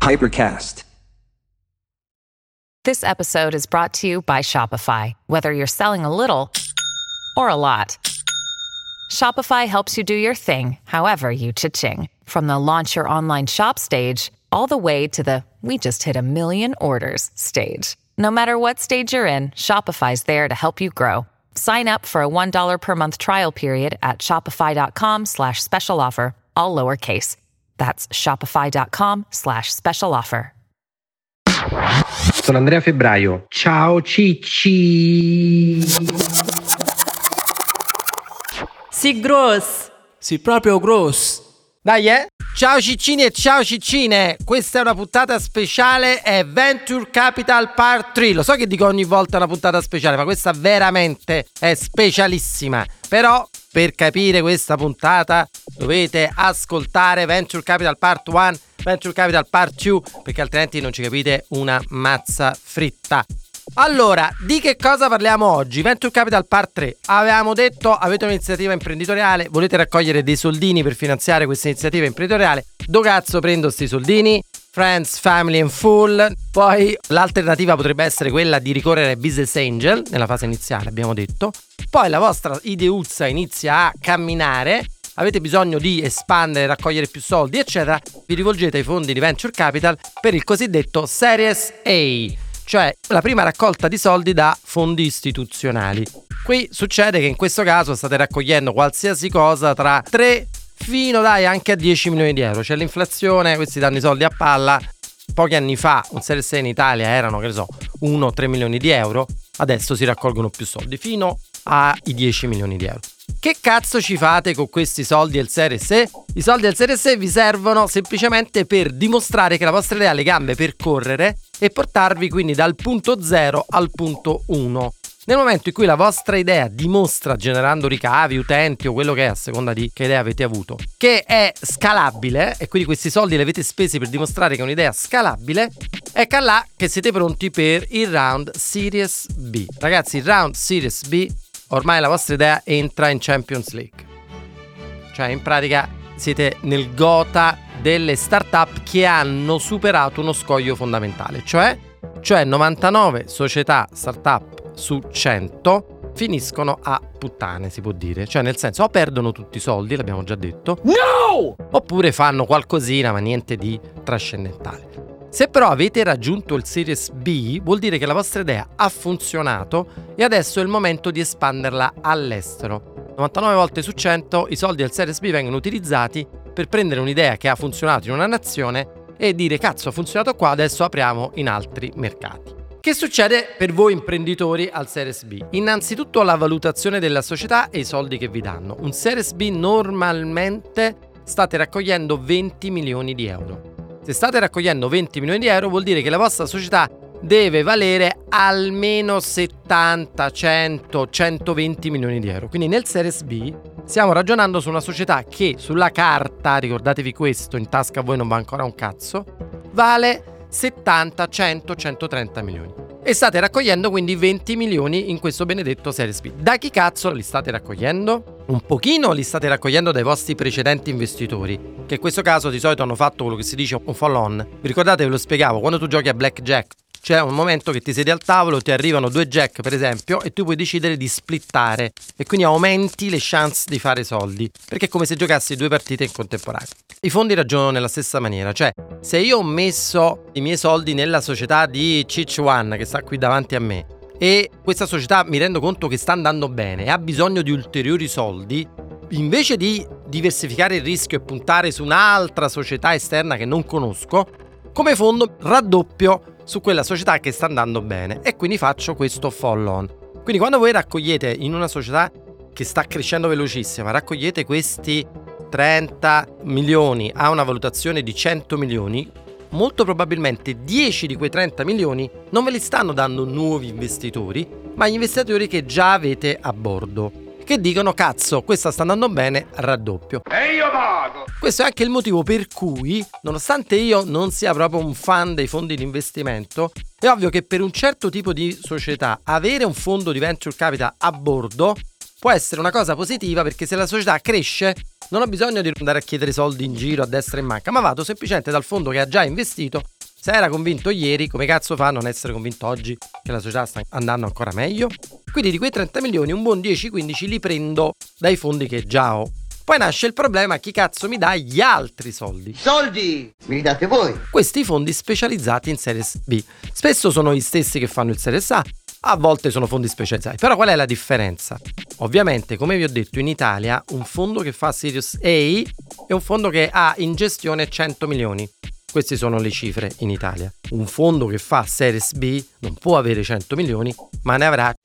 Hypercast. This episode is brought to you by Shopify. Whether you're selling a little or a lot, Shopify helps you do your thing, however you cha-ching. From the launch your online shop stage, all the way to the we just hit 1 million orders stage. No matter what stage you're in, Shopify's there to help you grow. Sign up for a $1 per month trial period at shopify.com/special offer, all lowercase. That's shopify.com/special offer. Sono Andrea Febbraio. Ciao Cicci. Sì, gross. Sì, proprio gross. Dai, Ciao Ciccini e ciao Ciccine. Questa è una puntata speciale, è Venture Capital Part 3. Lo so che dico ogni volta una puntata speciale, ma questa veramente è specialissima. Però per capire questa puntata dovete ascoltare Venture Capital Part 1, Venture Capital Part 2, perché altrimenti non ci capite una mazza fritta. Allora, di che cosa parliamo oggi? Venture Capital Part 3. Avevamo detto, avete un'iniziativa imprenditoriale, volete raccogliere dei soldini per finanziare questa iniziativa imprenditoriale. Dove cazzo prendo sti soldini? Friends, Family and Fool. Poi l'alternativa potrebbe essere quella di ricorrere ai business angel nella fase iniziale, abbiamo detto. Poi la vostra ideuzza inizia a camminare, avete bisogno di espandere, raccogliere più soldi, eccetera. Vi rivolgete ai fondi di Venture Capital per il cosiddetto Series A, cioè la prima raccolta di soldi da fondi istituzionali. Qui succede che in questo caso state raccogliendo qualsiasi cosa tra 3 fino anche a 10 milioni di euro. C'è l'inflazione, questi danno i soldi a palla. Pochi anni fa un Series A in Italia erano, 1-3 milioni di euro. Adesso si raccolgono più soldi, fino ai 10 milioni di euro. Che cazzo ci fate con questi soldi del Series A? I soldi del Series A vi servono semplicemente per dimostrare che la vostra idea ha le gambe per correre e portarvi quindi dal punto 0 al punto 1. Nel momento in cui la vostra idea dimostra, generando ricavi, utenti o quello che è, a seconda di che idea avete avuto, che è scalabile, e quindi questi soldi li avete spesi per dimostrare che è un'idea scalabile, ecco là che siete pronti per il round Series B. Ragazzi, il round Series B, ormai la vostra idea entra in Champions League. Cioè, in pratica siete nel gota delle startup che hanno superato uno scoglio fondamentale, cioè 99 società startup su 100 finiscono a puttane, si può dire. Cioè, nel senso, o perdono tutti i soldi, l'abbiamo già detto, no! Oppure fanno qualcosina, ma niente di trascendentale. Se però avete raggiunto il Series B, vuol dire che la vostra idea ha funzionato e adesso è il momento di espanderla all'estero. 99 volte su 100 i soldi del Series B vengono utilizzati per prendere un'idea che ha funzionato in una nazione e dire cazzo, ha funzionato qua, adesso apriamo in altri mercati. Che succede per voi imprenditori al Series B? Innanzitutto la valutazione della società e i soldi che vi danno. Un Series B normalmente state raccogliendo 20 milioni di euro. Se state raccogliendo 20 milioni di euro vuol dire che la vostra società deve valere almeno 70, 100, 120 milioni di euro. Quindi nel Series B stiamo ragionando su una società che sulla carta, ricordatevi questo, in tasca a voi non va ancora un cazzo, vale 70, 100, 130 milioni. E state raccogliendo quindi 20 milioni in questo benedetto Series B. Da chi cazzo li state raccogliendo? Un pochino li state raccogliendo dai vostri precedenti investitori, che in questo caso di solito hanno fatto quello che si dice un follow-on. Vi ricordate, ve lo spiegavo, quando tu giochi a blackjack c'è un momento che ti siedi al tavolo, ti arrivano 2 jack per esempio e tu puoi decidere di splittare e quindi aumenti le chance di fare soldi, perché è come se giocassi 2 partite in contemporanea. I fondi ragionano nella stessa maniera, cioè se io ho messo i miei soldi nella società di Cicci One che sta qui davanti a me e questa società mi rendo conto che sta andando bene e ha bisogno di ulteriori soldi, invece di diversificare il rischio e puntare su un'altra società esterna che non conosco, come fondo raddoppio su quella società che sta andando bene e quindi faccio questo follow-on. Quindi quando voi raccogliete in una società che sta crescendo velocissima, raccogliete questi 30 milioni a una valutazione di 100 milioni, molto probabilmente 10 di quei 30 milioni non ve li stanno dando nuovi investitori, ma gli investitori che già avete a bordo, che dicono cazzo, questa sta andando bene, raddoppio. E io pago! Questo è anche il motivo per cui, nonostante io non sia proprio un fan dei fondi di investimento, è ovvio che per un certo tipo di società avere un fondo di venture capital a bordo può essere una cosa positiva, perché se la società cresce non ho bisogno di andare a chiedere soldi in giro a destra e in manca, ma vado semplicemente dal fondo che ha già investito Se era convinto ieri, come cazzo fa a non essere convinto oggi che la società sta andando ancora meglio? Quindi di quei 30 milioni un buon 10-15 li prendo dai fondi che già ho. Poi nasce il problema: chi cazzo mi dà gli altri soldi? Soldi me li date voi. Questi fondi specializzati in Series B. Spesso sono gli stessi che fanno il Series A, a volte sono fondi specializzati. Però qual è la differenza? Ovviamente, come vi ho detto, in Italia un fondo che fa Series A è un fondo che ha in gestione 100 milioni. Queste sono le cifre in Italia. Un fondo che fa Series B non può avere 100 milioni, ma ne avrà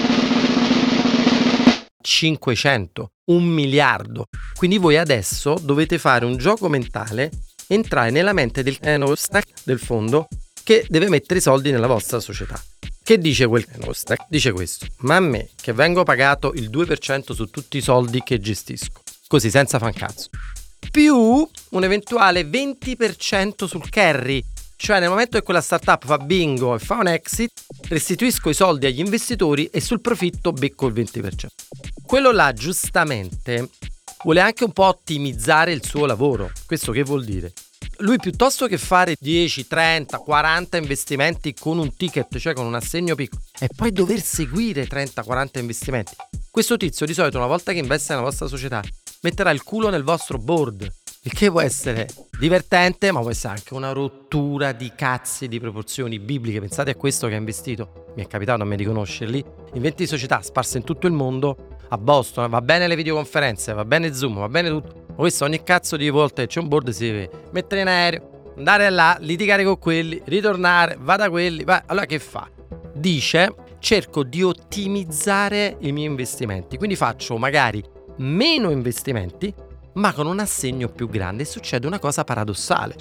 500, 1 miliardo. Quindi voi adesso dovete fare un gioco mentale, entrare nella mente del fondo che deve mettere i soldi nella vostra società. Che dice quel stack? Dice questo: ma a me che vengo pagato il 2% su tutti i soldi che gestisco, così senza fancazzo, più un eventuale 20% sul carry, cioè nel momento che quella startup fa bingo e fa un exit, restituisco i soldi agli investitori e sul profitto becco il 20%. Quello là giustamente vuole anche un po' ottimizzare il suo lavoro. Questo che vuol dire? Lui, piuttosto che fare 10, 30, 40 investimenti con un ticket, cioè con un assegno piccolo, e poi dover seguire 30, 40 investimenti, questo tizio di solito, una volta che investe nella vostra società, metterà il culo nel vostro board, il che può essere divertente, ma può essere anche una rottura di cazzi di proporzioni bibliche. Pensate a questo che ha investito, mi è capitato a me di conoscerli, in 20 società sparse in tutto il mondo, a Boston, va bene le videoconferenze, va bene Zoom, va bene tutto, ma questo ogni cazzo di volta che c'è un board si deve mettere in aereo, andare là, litigare con quelli, ritornare, va da quelli, va. Allora che fa? Dice: cerco di ottimizzare i miei investimenti, quindi faccio magari meno investimenti ma con un assegno più grande, e succede una cosa paradossale.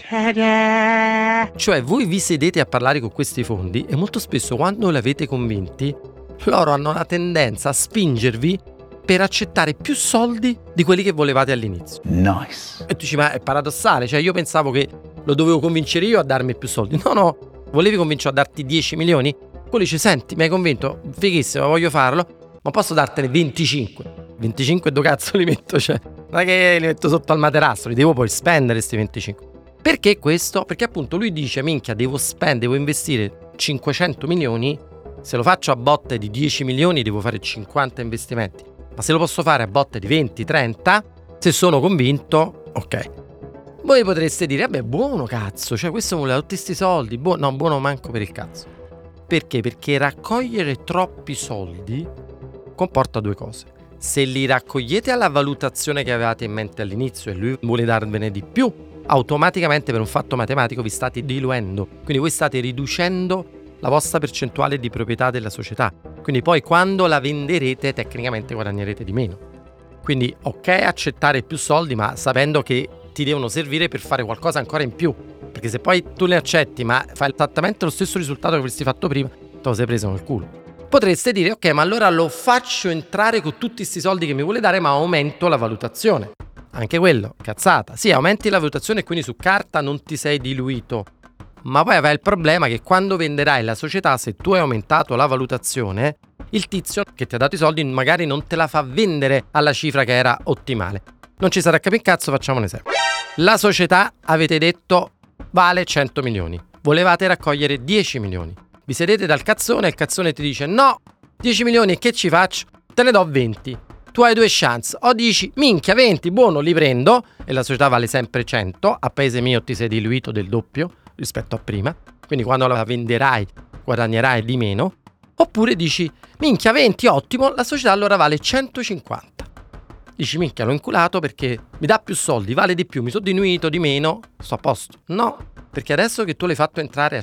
Cioè voi vi sedete a parlare con questi fondi e molto spesso quando li avete convinti, loro hanno la tendenza a spingervi per accettare più soldi di quelli che volevate all'inizio. Nice. E tu dici: ma è paradossale, cioè io pensavo che lo dovevo convincere io a darmi più soldi. No, volevi convincere a darti 10 milioni? Quello dice: senti, mi hai convinto, fighissimo, voglio farlo, ma posso dartene 25. 25 dove cazzo li metto? Cioè, non è che li metto sotto al materasso, li devo poi spendere sti 25. Perché questo? Perché appunto lui dice: minchia, devo investire 500 milioni, se lo faccio a botte di 10 milioni devo fare 50 investimenti, ma se lo posso fare a botte di 20, 30, se sono convinto, ok. Voi potreste dire: vabbè, buono cazzo, cioè questo voleva tutti sti soldi, no, buono manco per il cazzo. Perché? Perché raccogliere troppi soldi comporta due cose. Se li raccogliete alla valutazione che avevate in mente all'inizio e lui vuole darvene di più, automaticamente per un fatto matematico vi state diluendo, quindi voi state riducendo la vostra percentuale di proprietà della società, quindi poi quando la venderete tecnicamente guadagnerete di meno. Quindi ok accettare più soldi, ma sapendo che ti devono servire per fare qualcosa ancora in più, perché se poi tu li accetti ma fai esattamente lo stesso risultato che avresti fatto prima, te lo sei preso nel culo. Potreste dire: ok, ma allora lo faccio entrare con tutti questi soldi che mi vuole dare, ma aumento la valutazione. Anche quello, cazzata. Sì, aumenti la valutazione e quindi su carta non ti sei diluito, ma poi avrai il problema che quando venderai la società, se tu hai aumentato la valutazione, il tizio che ti ha dato i soldi magari non te la fa vendere alla cifra che era ottimale. Non ci sarà capire cazzo, facciamo un esempio. La società, avete detto, vale 100 milioni. Volevate raccogliere 10 milioni. Vi sedete dal cazzone e il cazzone ti dice: no, 10 milioni e che ci faccio? Te ne do 20. Tu hai due chance. O dici: minchia, 20, buono, li prendo, e la società vale sempre 100. A paese mio ti sei diluito del doppio rispetto a prima, quindi quando la venderai guadagnerai di meno. Oppure dici: minchia, 20, ottimo, la società allora vale 150. Dici: minchia, l'ho inculato perché mi dà più soldi, vale di più, mi sono diluito di meno, sto a posto. No, perché adesso che tu l'hai fatto entrare a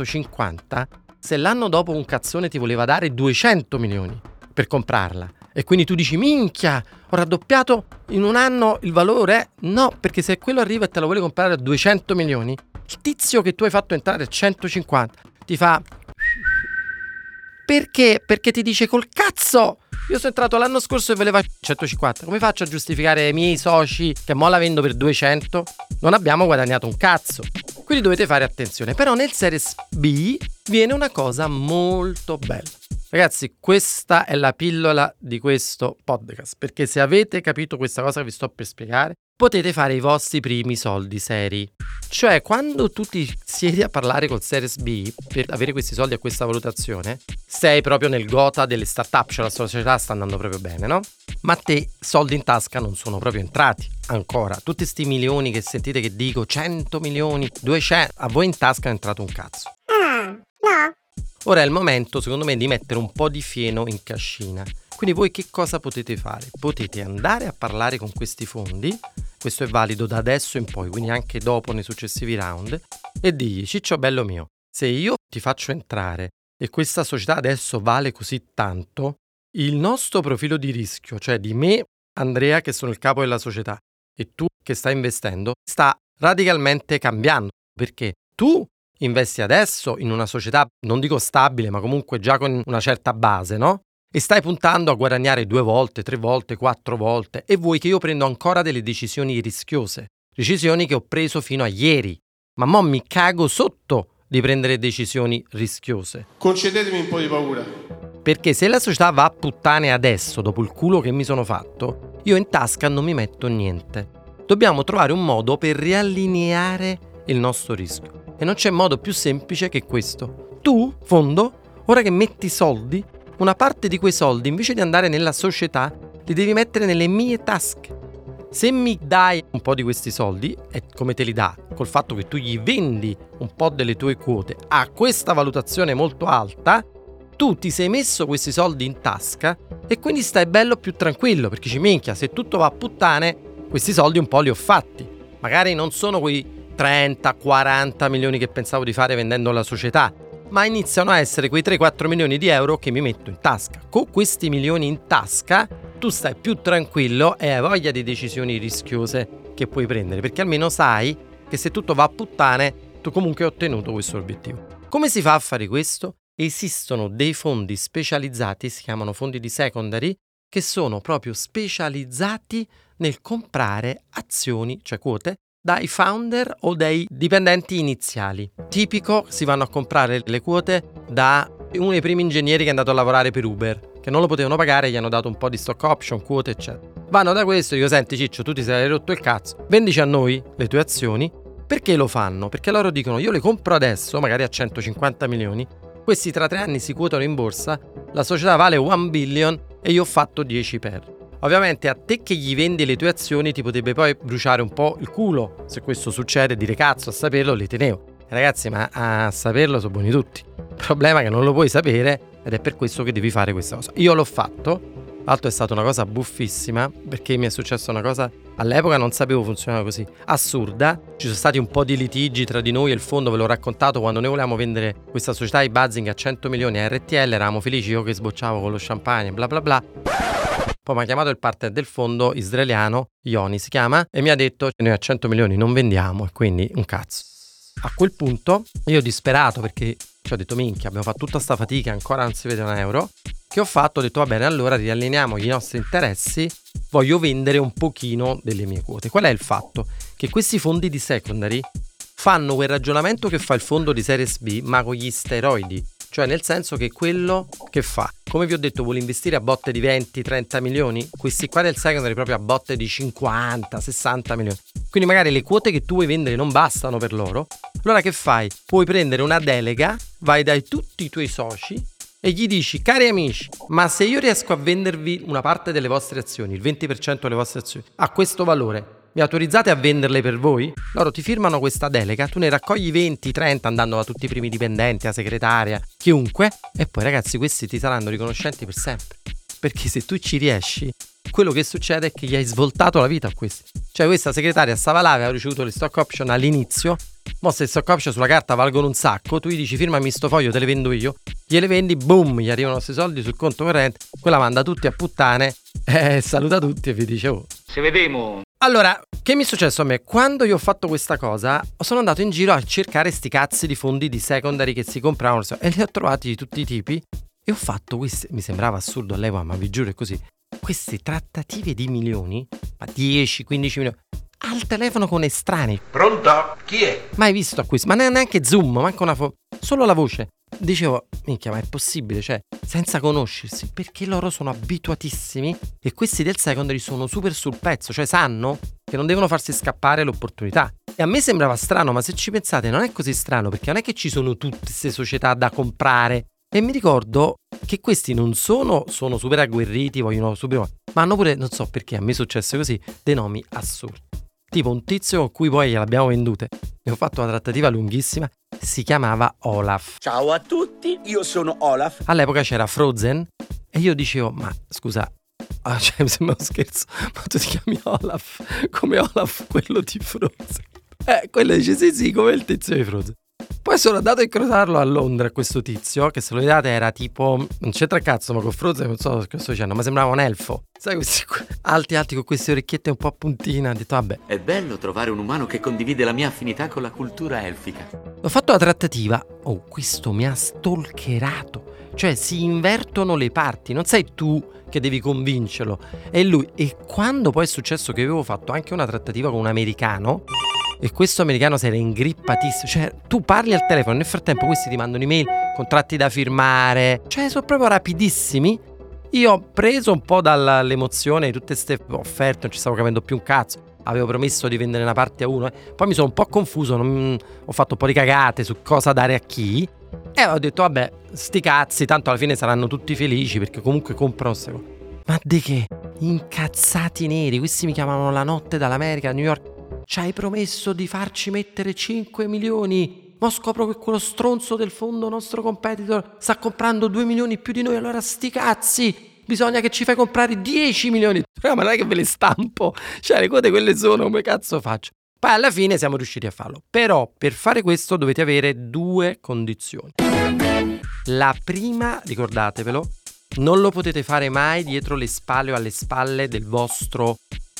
150, se l'anno dopo un cazzone ti voleva dare 200 milioni per comprarla e quindi tu dici: minchia, ho raddoppiato in un anno il valore? No, perché se quello arriva e te lo vuole comprare a 200 milioni, il tizio che tu hai fatto entrare a 150 ti fa: perché? Perché ti dice: col cazzo, io sono entrato l'anno scorso e voleva 150, come faccio a giustificare ai miei soci che mo la vendo per 200? Non abbiamo guadagnato un cazzo. Quindi dovete fare attenzione. Però nel Series B viene una cosa molto bella. Ragazzi, questa è la pillola di questo podcast, perché se avete capito questa cosa che vi sto per spiegare, potete fare i vostri primi soldi seri. Cioè, quando tu ti siedi a parlare col Series B per avere questi soldi a questa valutazione, sei proprio nel gota delle startup, cioè la società sta andando proprio bene, no? Ma a te soldi in tasca non sono proprio entrati ancora. Tutti sti milioni che sentite che dico, 100 milioni, 200, a voi in tasca è entrato un cazzo. No. Ora è il momento, secondo me, di mettere un po' di fieno in cascina. Quindi voi che cosa potete fare? Potete andare a parlare con questi fondi, questo è valido da adesso in poi, quindi anche dopo nei successivi round, e digli: Ciccio bello mio, se io ti faccio entrare e questa società adesso vale così tanto, il nostro profilo di rischio, cioè di me, Andrea, che sono il capo della società, e tu che stai investendo, sta radicalmente cambiando, perché tu investi adesso in una società, non dico stabile, ma comunque già con una certa base, no? E stai puntando a guadagnare 2 volte, 3 volte, 4 volte, e vuoi che io prendo ancora delle decisioni rischiose, decisioni che ho preso fino a ieri, ma mo mi cago sotto di prendere decisioni rischiose. Concedetemi un po' di paura. Perché se la società va a puttane adesso, dopo il culo che mi sono fatto, io in tasca non mi metto niente. Dobbiamo trovare un modo per riallineare il nostro rischio. E non c'è modo più semplice che questo. Tu, fondo, ora che metti soldi, una parte di quei soldi, invece di andare nella società, li devi mettere nelle mie tasche. Se mi dai un po' di questi soldi, e come te li dà? Col fatto che tu gli vendi un po' delle tue quote a questa valutazione molto alta, tu ti sei messo questi soldi in tasca e quindi stai bello più tranquillo, perché ci minchia, se tutto va a puttane, questi soldi un po' li ho fatti. Magari non sono quei 30-40 milioni che pensavo di fare vendendo la società, ma iniziano a essere quei 3-4 milioni di euro che mi metto in tasca. Con questi milioni in tasca tu stai più tranquillo e hai voglia di decisioni rischiose che puoi prendere, perché almeno sai che se tutto va a puttane tu comunque hai ottenuto questo obiettivo. Come si fa a fare questo? Esistono dei fondi specializzati, si chiamano fondi di secondary, che sono proprio specializzati nel comprare azioni, cioè quote, dai founder o dai dipendenti iniziali. Tipico, si vanno a comprare le quote da uno dei primi ingegneri che è andato a lavorare per Uber, che non lo potevano pagare, gli hanno dato un po' di stock option, quote eccetera. Vanno da questo e dico: senti Ciccio, tu ti sei rotto il cazzo, vendici a noi le tue azioni. Perché lo fanno? Perché loro dicono: io le compro adesso, magari a 150 milioni, questi tra 3 anni si quotano in borsa, la società vale 1 billion e io ho fatto 10 per. Ovviamente a te che gli vendi le tue azioni ti potrebbe poi bruciare un po' il culo se questo succede, dire cazzo, a saperlo le tenevo. Ragazzi, ma a saperlo sono buoni tutti. Il problema è che non lo puoi sapere ed è per questo che devi fare questa cosa. Io l'ho fatto, l'altro è stata una cosa buffissima, perché mi è successa una cosa, all'epoca non sapevo funzionava così, assurda. Ci sono stati un po' di litigi tra di noi e il fondo, ve l'ho raccontato, quando noi volevamo vendere questa società di Buzzing a 100 milioni a RTL, eravamo felici, io che sbocciavo con lo champagne, bla bla bla. Poi mi ha chiamato il partner del fondo israeliano, Yoni si chiama, e mi ha detto: noi a 100 milioni non vendiamo, e quindi un cazzo. A quel punto io disperato, perché ci ho detto minchia, abbiamo fatto tutta sta fatica, ancora non si vede un euro, che ho fatto? Ho detto va bene, allora riallineiamo i nostri interessi, voglio vendere un pochino delle mie quote. Qual è il fatto? Che questi fondi di secondary fanno quel ragionamento che fa il fondo di Series B, ma con gli steroidi. Cioè nel senso che quello che fa, come vi ho detto, vuole investire a botte di 20-30 milioni, questi qua del secondary proprio a botte di 50-60 milioni. Quindi magari le quote che tu vuoi vendere non bastano per loro. Allora che fai? Puoi prendere una delega, vai dai tutti i tuoi soci e gli dici: cari amici, ma se io riesco a vendervi una parte delle vostre azioni, il 20% delle vostre azioni, a questo valore, mi autorizzate a venderle per voi? Loro ti firmano questa delega, tu ne raccogli 20-30 andando da tutti i primi dipendenti, la segretaria, chiunque, e poi ragazzi questi ti saranno riconoscenti per sempre. Perché se tu ci riesci, quello che succede è che gli hai svoltato la vita a questi. Cioè questa segretaria stava là, aveva ricevuto le stock option all'inizio, mo se le stock option sulla carta valgono un sacco, tu gli dici firmami sto foglio, te le vendo io, gliele vendi, boom, gli arrivano questi soldi sul conto corrente, quella manda tutti a puttane, saluta tutti e vi dice: oh, Se vedemo. Allora, che mi è successo a me? Quando io ho fatto questa cosa, sono andato in giro a cercare sti cazzi di fondi di secondary che si compravano e li ho trovati di tutti i tipi e ho fatto queste, mi sembrava assurdo all'epoca, ma vi giuro è così, queste trattative di milioni, ma 10-15 milioni, al telefono con estranei. Pronto? Chi è? Mai visto a questo, ma neanche Zoom, manco una solo la voce. Dicevo, minchia, ma è possibile, cioè, senza conoscersi, perché loro sono abituatissimi e questi del secondary sono super sul pezzo, cioè sanno che non devono farsi scappare l'opportunità. E a me sembrava strano, ma se ci pensate non è così strano, perché non è che ci sono tutte queste società da comprare. E mi ricordo che questi non sono super agguerriti, vogliono subito, ma hanno pure, non so perché, a me è successo così, dei nomi assurdi. Tipo un tizio con cui poi gliel'abbiamo vendute e ho fatto una trattativa lunghissima, si chiamava Olaf. Ciao a tutti, io sono Olaf. All'epoca c'era Frozen e io dicevo, ma scusa, cioè mi sembra uno scherzo, ma tu ti chiami Olaf come Olaf quello di Frozen? Quello dice sì, come il tizio di Frozen. Poi sono andato a incrociarlo a Londra, questo tizio, che se lo vedete era tipo, non c'entra cazzo, ma con Frozen non so che sto dicendo, ma sembrava un elfo. Sai, questi alti con queste orecchiette un po' a puntina. Ho detto, vabbè. È bello trovare un umano che condivide la mia affinità con la cultura elfica. Ho fatto la trattativa. Oh, questo mi ha stalkerato. Cioè, si invertono le parti. Non sei tu che devi convincerlo, è lui. E quando poi è successo che avevo fatto anche una trattativa con un americano, e questo americano si era ingrippatissimo. Cioè, tu parli al telefono, nel frattempo questi ti mandano email, contratti da firmare. Cioè, sono proprio rapidissimi. Io ho preso un po' dall'emozione di tutte queste offerte, non ci stavo capendo più un cazzo. Avevo promesso di vendere una parte a uno, poi mi sono un po' confuso, ho fatto un po' di cagate su cosa dare a chi. E ho detto, vabbè, sti cazzi, tanto alla fine saranno tutti felici perché comunque comprano queste cose. Ma di che? Incazzati neri, questi mi chiamano la notte dall'America, a New York. Ci hai promesso di farci mettere 5 milioni. Ma scopro che quello stronzo del fondo nostro competitor sta comprando 2 milioni più di noi. Allora sti cazzi, bisogna che ci fai comprare 10 milioni. Ma non è che ve le stampo. Cioè le quote quelle sono, come cazzo faccio? Poi alla fine siamo riusciti a farlo. Però per fare questo dovete avere 2 condizioni. La prima, ricordatevelo, non lo potete fare mai dietro le spalle o alle spalle del vostro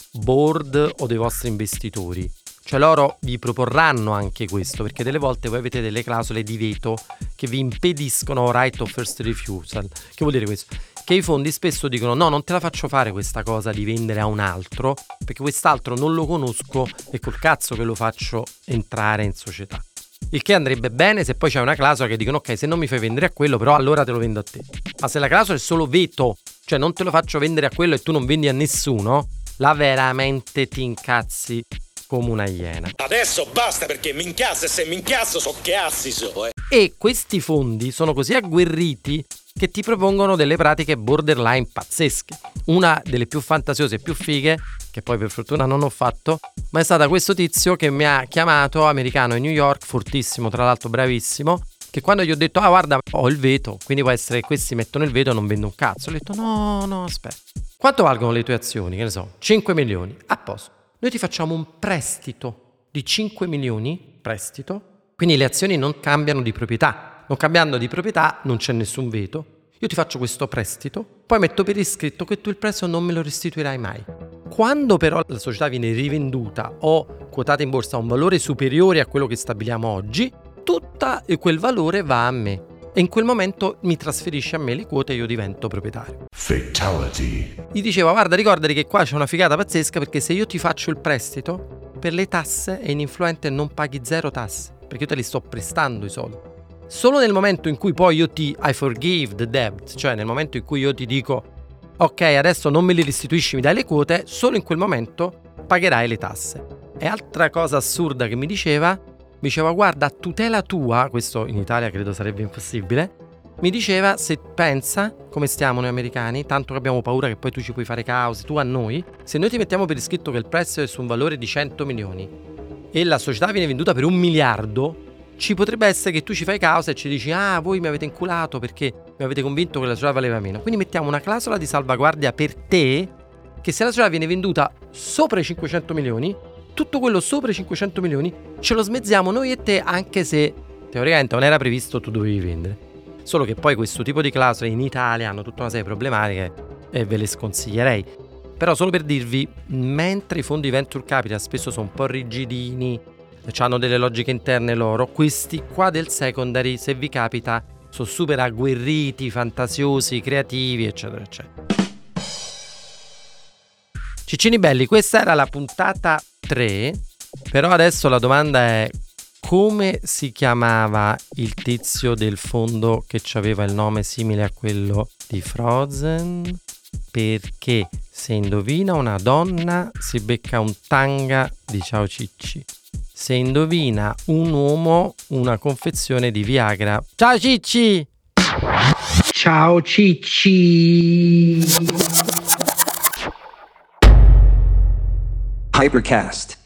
board o dei vostri investitori. Cioè loro vi proporranno anche questo, perché delle volte voi avete delle clausole di veto che vi impediscono right of first refusal. Che vuol dire questo? Che i fondi spesso dicono no, non te la faccio fare questa cosa di vendere a un altro, perché quest'altro non lo conosco e col cazzo che lo faccio entrare in società. Il che andrebbe bene se poi c'è una clausola che dicono ok, se non mi fai vendere a quello, però allora te lo vendo a te. Ma se la clausola è solo veto, cioè non te lo faccio vendere a quello e tu non vendi a nessuno, là veramente ti incazzi come una iena. Adesso basta, perché mi incazzo, e se mi incazzo so che assi so, E questi fondi sono così agguerriti che ti propongono delle pratiche borderline pazzesche. Una delle più fantasiose e più fighe, che poi per fortuna non ho fatto, ma è stata questo tizio che mi ha chiamato, americano in New York, fortissimo, tra l'altro bravissimo, che quando gli ho detto guarda, ho il veto, quindi può essere che questi mettono il veto e non vendo un cazzo. Ho detto no, aspetta. Quanto valgono le tue azioni? Che ne so, 5 milioni. A posto. Noi ti facciamo un prestito di 5 milioni, prestito, quindi le azioni non cambiano di proprietà. Non cambiando di proprietà non c'è nessun veto. Io ti faccio questo prestito, poi metto per iscritto che tu il prestito non me lo restituirai mai. Quando però la società viene rivenduta o quotata in borsa a un valore superiore a quello che stabiliamo oggi, tutto quel valore va a me. E in quel momento mi trasferisce a me le quote e io divento proprietario. Fatality. Gli dicevo, guarda, ricordati che qua c'è una figata pazzesca, perché se io ti faccio il prestito, per le tasse è ininfluente e non paghi 0 tasse, perché io te li sto prestando i soldi. Solo nel momento in cui poi io I forgive the debt, cioè nel momento in cui io ti dico ok, adesso non me li restituisci, mi dai le quote, solo in quel momento pagherai le tasse. E altra cosa assurda che mi diceva guarda, a tutela tua, questo in Italia credo sarebbe impossibile, mi diceva, se pensa come stiamo noi americani, tanto che abbiamo paura che poi tu ci puoi fare cause, tu a noi, se noi ti mettiamo per iscritto che il prestito è su un valore di 100 milioni e la società viene venduta per 1 miliardo, ci potrebbe essere che tu ci fai causa e ci dici voi mi avete inculato perché mi avete convinto che la società valeva meno. Quindi mettiamo una clausola di salvaguardia per te, che se la società viene venduta sopra i 500 milioni, tutto quello sopra i 500 milioni ce lo smezziamo noi e te, anche se teoricamente non era previsto tu dovevi vendere. Solo che poi questo tipo di clausole in Italia hanno tutta una serie di problematiche e ve le sconsiglierei. Però solo per dirvi, mentre i fondi venture capital spesso sono un po' rigidini, hanno delle logiche interne loro, questi qua del secondary, se vi capita, sono super agguerriti, fantasiosi, creativi, eccetera, eccetera. Ciccini belli, questa era la puntata 3, però adesso la domanda è: come si chiamava il tizio del fondo che aveva il nome simile a quello di Frozen? perché se indovina una donna si becca un tanga di Ciao Cicci. Se indovina un uomo una confezione di Viagra. Ciao Cicci! Ciao Cicci. Hypercast.